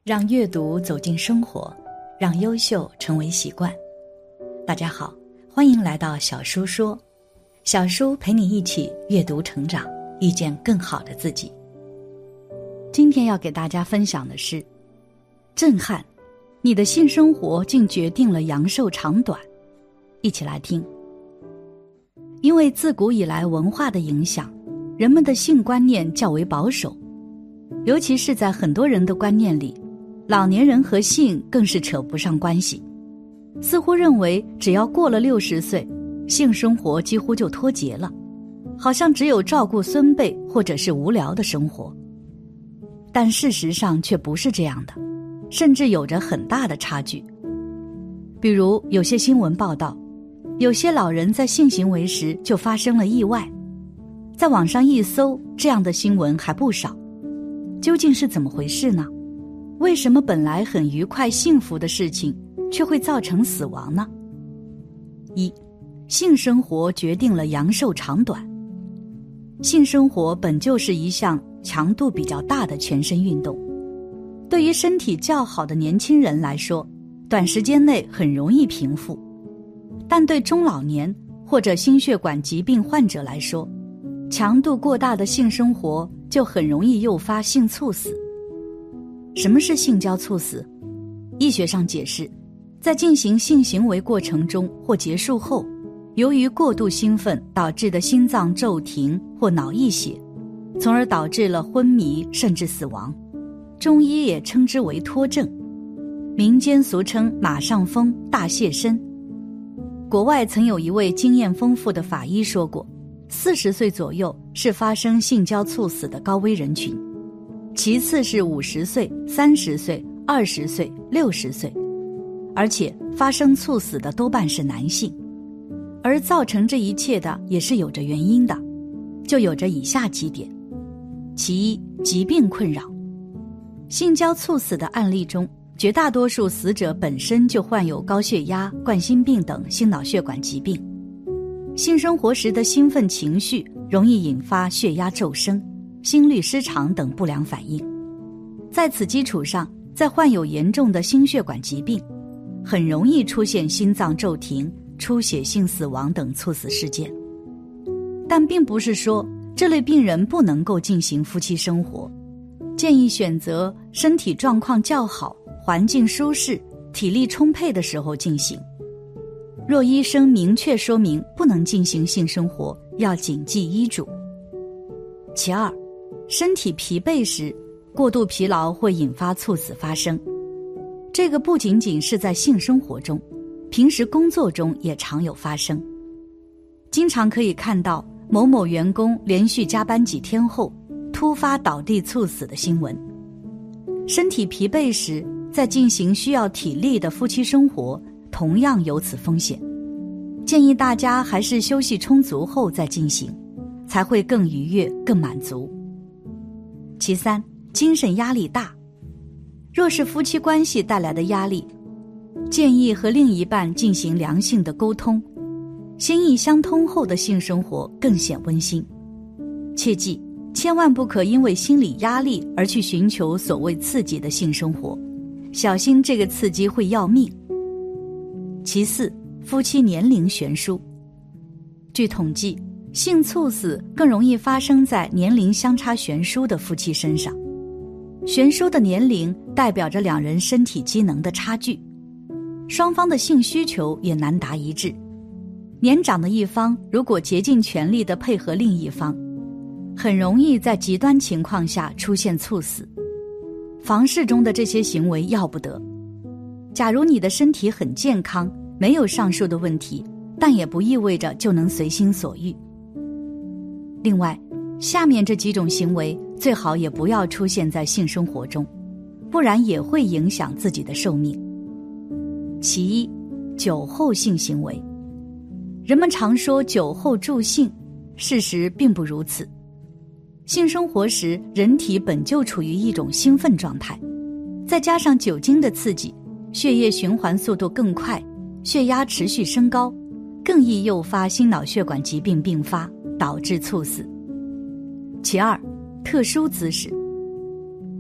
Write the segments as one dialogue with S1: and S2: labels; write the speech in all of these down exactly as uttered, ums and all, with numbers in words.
S1: 让阅读走进生活，让优秀成为习惯。大家好，欢迎来到小叔说，小叔陪你一起阅读成长，遇见更好的自己。今天要给大家分享的是，震撼，你的性生活竟决定了阳寿长短。一起来听。因为自古以来文化的影响，人们的性观念较为保守，尤其是在很多人的观念里，老年人和性更是扯不上关系，似乎认为只要过了六十岁，性生活几乎就脱节了，好像只有照顾孙辈或者是无聊的生活。但事实上却不是这样的，甚至有着很大的差距。比如有些新闻报道，有些老人在性行为时就发生了意外，在网上一搜，这样的新闻还不少。究竟是怎么回事呢？为什么本来很愉快幸福的事情却会造成死亡呢？一，性生活决定了阳寿长短。性生活本就是一项强度比较大的全身运动，对于身体较好的年轻人来说，短时间内很容易平复，但对中老年或者心血管疾病患者来说，强度过大的性生活就很容易诱发性猝死。什么是性交猝死？医学上解释，在进行性行为过程中或结束后，由于过度兴奋导致的心脏骤停或脑溢血，从而导致了昏迷甚至死亡。中医也称之为脱症，民间俗称马上风、大泻身。国外曾有一位经验丰富的法医说过，四十岁左右是发生性交猝死的高危人群，其次是五十岁、三十岁、二十岁、六十岁，而且发生猝死的多半是男性。而造成这一切的也是有着原因的，就有着以下几点。其一，疾病困扰。性交猝死的案例中，绝大多数死者本身就患有高血压、冠心病等心脑血管疾病。性生活时的兴奋情绪容易引发血压骤升、心律失常等不良反应。在此基础上，再患有严重的心血管疾病，很容易出现心脏骤停、出血性死亡等猝死事件。但并不是说这类病人不能够进行夫妻生活，建议选择身体状况较好、环境舒适、体力充沛的时候进行。若医生明确说明不能进行性生活，要谨记医嘱。其二，身体疲惫时，过度疲劳会引发猝死发生。这个不仅仅是在性生活中，平时工作中也常有发生。经常可以看到某某员工连续加班几天后，突发倒地猝死的新闻。身体疲惫时，在进行需要体力的夫妻生活，同样有此风险。建议大家还是休息充足后再进行，才会更愉悦、更满足。其三，精神压力大。若是夫妻关系带来的压力，建议和另一半进行良性的沟通，心意相通后的性生活更显温馨。切记，千万不可因为心理压力而去寻求所谓刺激的性生活，小心这个刺激会要命。其四，夫妻年龄悬殊。据统计，性猝死更容易发生在年龄相差悬殊的夫妻身上。悬殊的年龄代表着两人身体机能的差距，双方的性需求也难达一致。年长的一方如果竭尽全力地配合另一方，很容易在极端情况下出现猝死。房事中的这些行为要不得。假如你的身体很健康，没有上述的问题，但也不意味着就能随心所欲。另外，下面这几种行为最好也不要出现在性生活中，不然也会影响自己的寿命。其一，酒后性行为。人们常说酒后助兴，事实并不如此。性生活时，人体本就处于一种兴奋状态，再加上酒精的刺激，血液循环速度更快，血压持续升高，更易诱发心脑血管疾病并发，导致猝死。其二，特殊姿势。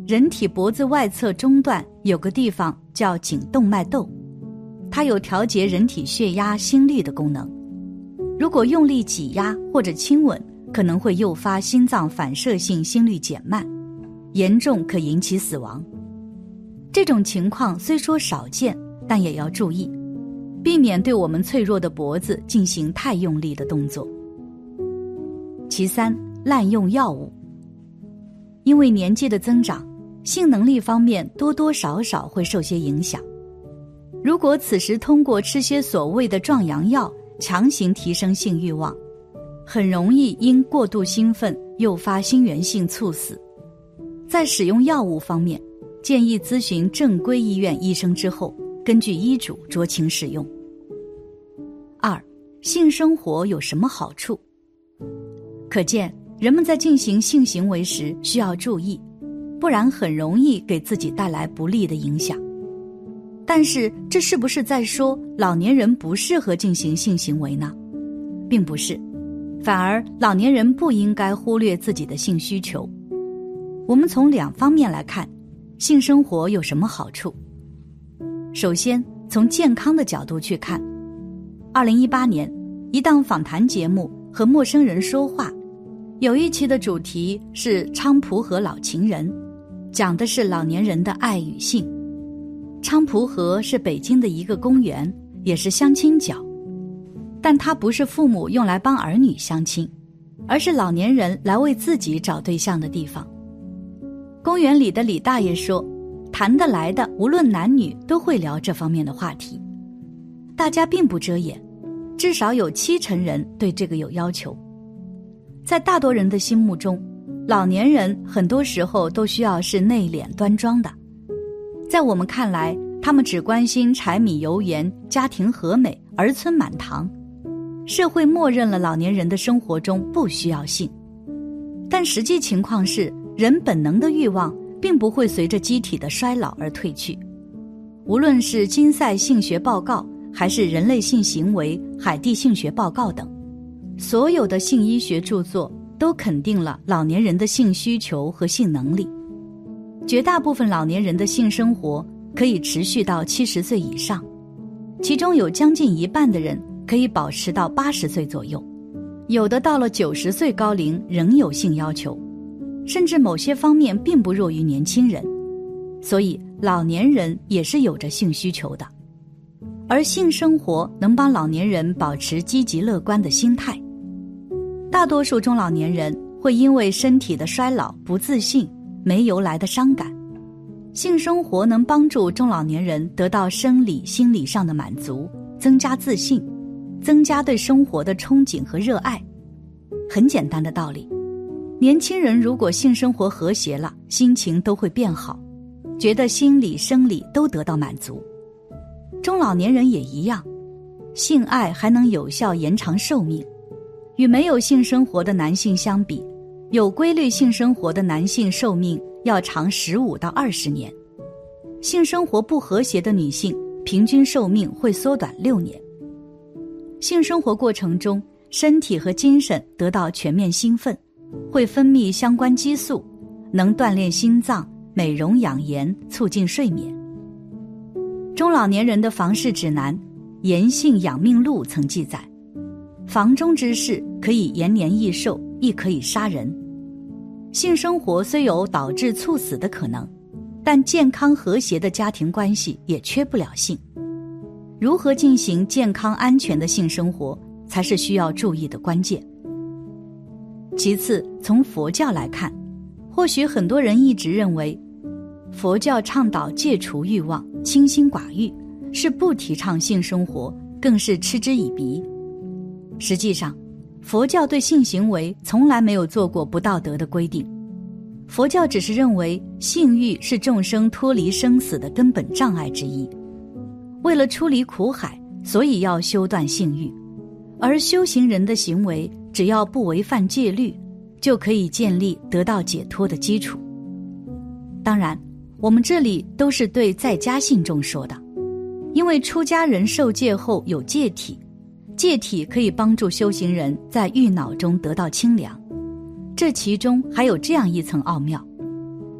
S1: 人体脖子外侧中段有个地方叫颈动脉窦，它有调节人体血压、心率的功能。如果用力挤压或者亲吻，可能会诱发心脏反射性心率减慢，严重可引起死亡。这种情况虽说少见，但也要注意，避免对我们脆弱的脖子进行太用力的动作。其三，滥用药物。因为年纪的增长，性能力方面多多少少会受些影响。如果此时通过吃些所谓的壮阳药强行提升性欲望，很容易因过度兴奋诱发心源性猝死。在使用药物方面，建议咨询正规医院医生之后，根据医嘱酌情使用。二，性生活有什么好处？可见人们在进行性行为时需要注意，不然很容易给自己带来不利的影响。但是这是不是在说老年人不适合进行性行为呢？并不是，反而老年人不应该忽略自己的性需求。我们从两方面来看，性生活有什么好处。首先，从健康的角度去看，二零一八年一档访谈节目和陌生人说话，有一期的主题是菖蒲河老情人，讲的是老年人的爱与性。菖蒲河是北京的一个公园，也是相亲角，但它不是父母用来帮儿女相亲，而是老年人来为自己找对象的地方。公园里的李大爷说，谈得来的无论男女都会聊这方面的话题，大家并不遮掩，至少有七成人对这个有要求。在大多人的心目中，老年人很多时候都需要是内敛端庄的，在我们看来，他们只关心柴米油盐、家庭和美、儿孙满堂，社会默认了老年人的生活中不需要性。但实际情况是，人本能的欲望并不会随着机体的衰老而褪去。无论是金赛性学报告，还是人类性行为、海地性学报告等，所有的性医学著作都肯定了老年人的性需求和性能力。绝大部分老年人的性生活可以持续到七十岁以上，其中有将近一半的人可以保持到八十岁左右，有的到了九十岁高龄仍有性要求，甚至某些方面并不弱于年轻人。所以老年人也是有着性需求的，而性生活能帮老年人保持积极乐观的心态。大多数中老年人会因为身体的衰老、不自信、没由来的伤感，性生活能帮助中老年人得到生理、心理上的满足，增加自信，增加对生活的憧憬和热爱。很简单的道理，年轻人如果性生活和谐了，心情都会变好，觉得心理、生理都得到满足。中老年人也一样，性爱还能有效延长寿命。与没有性生活的男性相比，有规律性生活的男性寿命要长十五到二十年，性生活不和谐的女性平均寿命会缩短六年。性生活过程中，身体和精神得到全面兴奋，会分泌相关激素，能锻炼心脏、美容养颜，促进睡眠。中老年人的房事指南《延性养命录》曾记载，房中之事可以延年益寿，亦可以杀人。性生活虽有导致猝死的可能，但健康和谐的家庭关系也缺不了性。如何进行健康安全的性生活，才是需要注意的关键。其次，从佛教来看，或许很多人一直认为，佛教倡导戒除欲望、清心寡欲，是不提倡性生活，更是嗤之以鼻。实际上，佛教对性行为从来没有做过不道德的规定，佛教只是认为性欲是众生脱离生死的根本障碍之一，为了出离苦海，所以要修断性欲，而修行人的行为只要不违反戒律，就可以建立得到解脱的基础。当然，我们这里都是对在家信众说的，因为出家人受戒后有戒体，戒体可以帮助修行人在欲恼中得到清凉，这其中还有这样一层奥妙：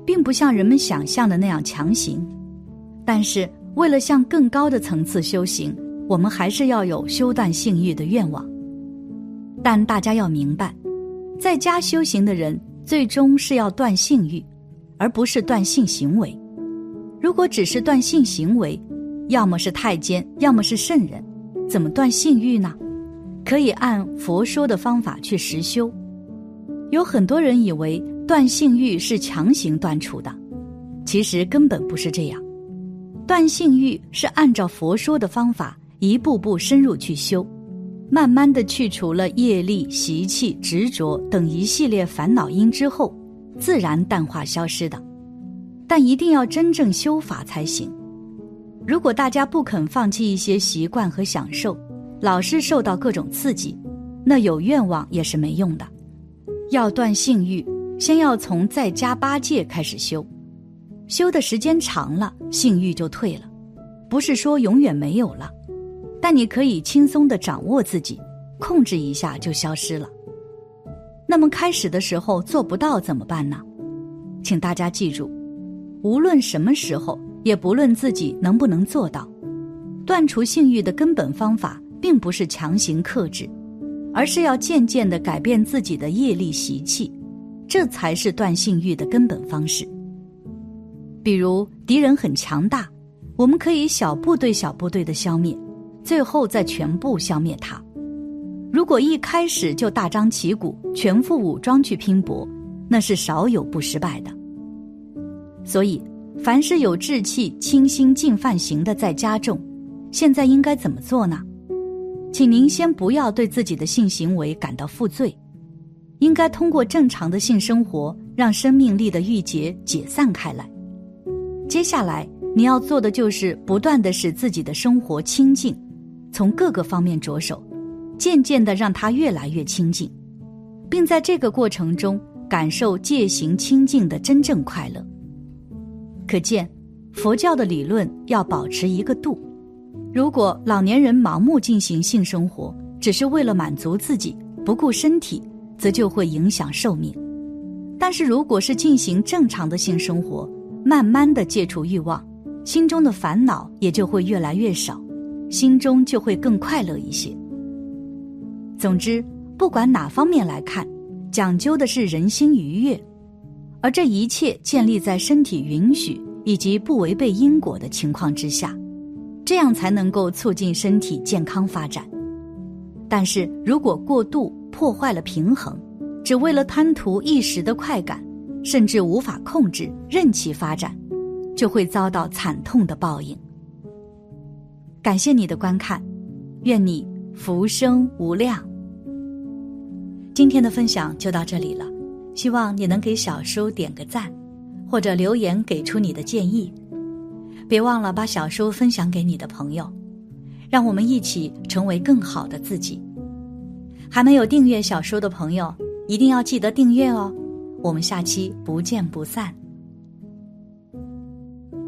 S1: 并不像人们想象的那样强行。但是为了向更高的层次修行，我们还是要有修断性欲的愿望。但大家要明白，在家修行的人最终是要断性欲，而不是断性行为。如果只是断性行为，要么是太监，要么是圣人，怎么断性欲呢？可以按佛说的方法去实修。有很多人以为断性欲是强行断除的，其实根本不是这样。断性欲是按照佛说的方法一步步深入去修，慢慢地去除了业力、习气、执着等一系列烦恼因之后，自然淡化消失的。但一定要真正修法才行。如果大家不肯放弃一些习惯和享受，老是受到各种刺激，那有愿望也是没用的。要断性欲，先要从在家八戒开始修，修的时间长了，性欲就退了，不是说永远没有了，但你可以轻松地掌握自己，控制一下就消失了。那么开始的时候做不到怎么办呢？请大家记住，无论什么时候，也不论自己能不能做到，断除性欲的根本方法并不是强行克制，而是要渐渐地改变自己的业力习气，这才是断性欲的根本方式。比如敌人很强大，我们可以小部队小部队的消灭，最后再全部消灭它。如果一开始就大张旗鼓，全副武装去拼搏，那是少有不失败的。所以凡是有志气清心净饭行的在家众，现在应该怎么做呢？请您先不要对自己的性行为感到负罪，应该通过正常的性生活让生命力的郁结解散开来。接下来你要做的就是不断地使自己的生活清净，从各个方面着手，渐渐地让它越来越清净，并在这个过程中感受戒行清净的真正快乐。可见佛教的理论要保持一个度。如果老年人盲目进行性生活，只是为了满足自己，不顾身体，则就会影响寿命。但是如果是进行正常的性生活，慢慢地戒除欲望，心中的烦恼也就会越来越少，心中就会更快乐一些。总之，不管哪方面来看，讲究的是人心愉悦，而这一切建立在身体允许以及不违背因果的情况之下，这样才能够促进身体健康发展。但是如果过度破坏了平衡，只为了贪图一时的快感，甚至无法控制，任其发展，就会遭到惨痛的报应。感谢你的观看，愿你福生无量。今天的分享就到这里了，希望你能给小叔点个赞，或者留言给出你的建议。别忘了把小叔分享给你的朋友，让我们一起成为更好的自己。还没有订阅小叔的朋友，一定要记得订阅哦。我们下期不见不散。